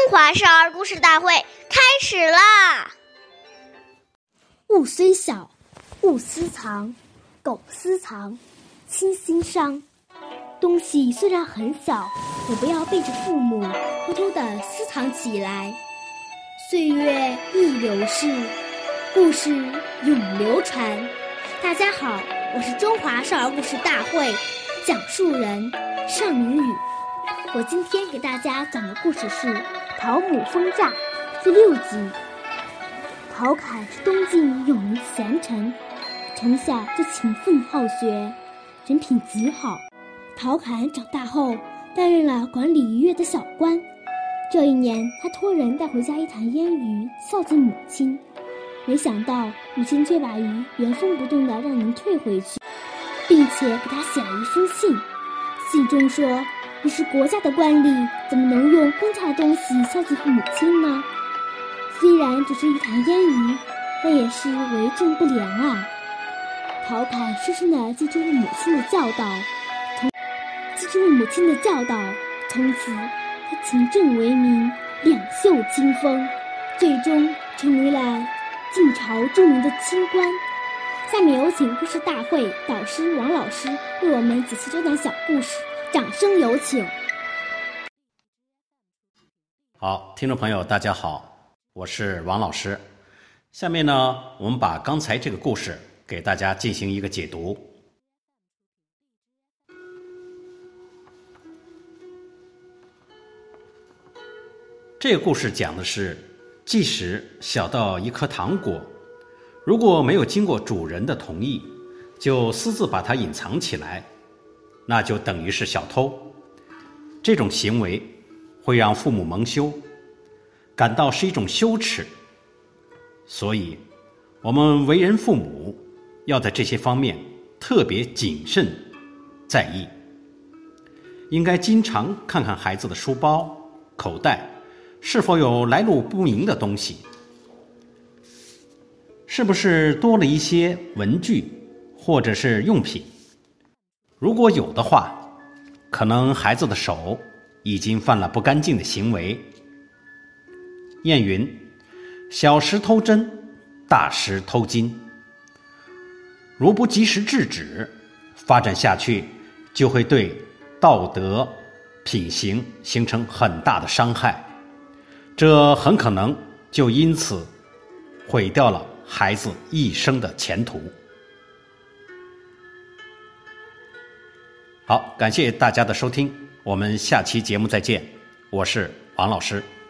华少儿故事大会开始啦！ 物虽小，勿私藏；苟私藏，亲心伤。东西虽然很小，也不要背着父母偷偷地私藏起来。岁月易流逝，故事永流传。大家好，我是中华少儿故事大会讲述人尚明宇。我今天给大家讲的故事是《陶母封诈》第6集。陶侃是东晋有名贤臣，从小就勤奋好学，人品极好。陶侃长大后担任了管理渔业的小官。这一年，他托人带回家一坛腌鱼，孝敬母亲。没想到母亲却把鱼原封不动地让人退回去，并且给他写了一封信。信中说：“你是国家的官吏，怎么能用公家的东西孝敬父母亲呢？虽然只是一坛腌鱼，但也是为政不廉啊。”陶侃深深地记住了母亲的教导，从此他勤政为民，两袖清风，最终成为了晋朝著名的清官。下面有请故事大会导师王老师为我们仔细讲讲小故事，掌声有请。 好，听众朋友大家好，我是王老师。下面呢，我们把刚才这个故事给大家进行一个解读。这个故事讲的是，即使小到一颗糖果，如果没有经过主人的同意，就私自把它隐藏起来，那就等于是小偷。这种行为会让父母蒙羞，感到是一种羞耻。所以，我们为人父母要在这些方面特别谨慎在意，应该经常看看孩子的书包、口袋是否有来路不明的东西，是不是多了一些文具或者是用品。如果有的话，可能孩子的手已经犯了不干净的行为。谚云：小时偷针，大时偷金。如不及时制止，发展下去就会对道德品行形成很大的伤害，这很可能就因此毁掉了孩子一生的前途。好，感谢大家的收听，我们下期节目再见，我是王老师。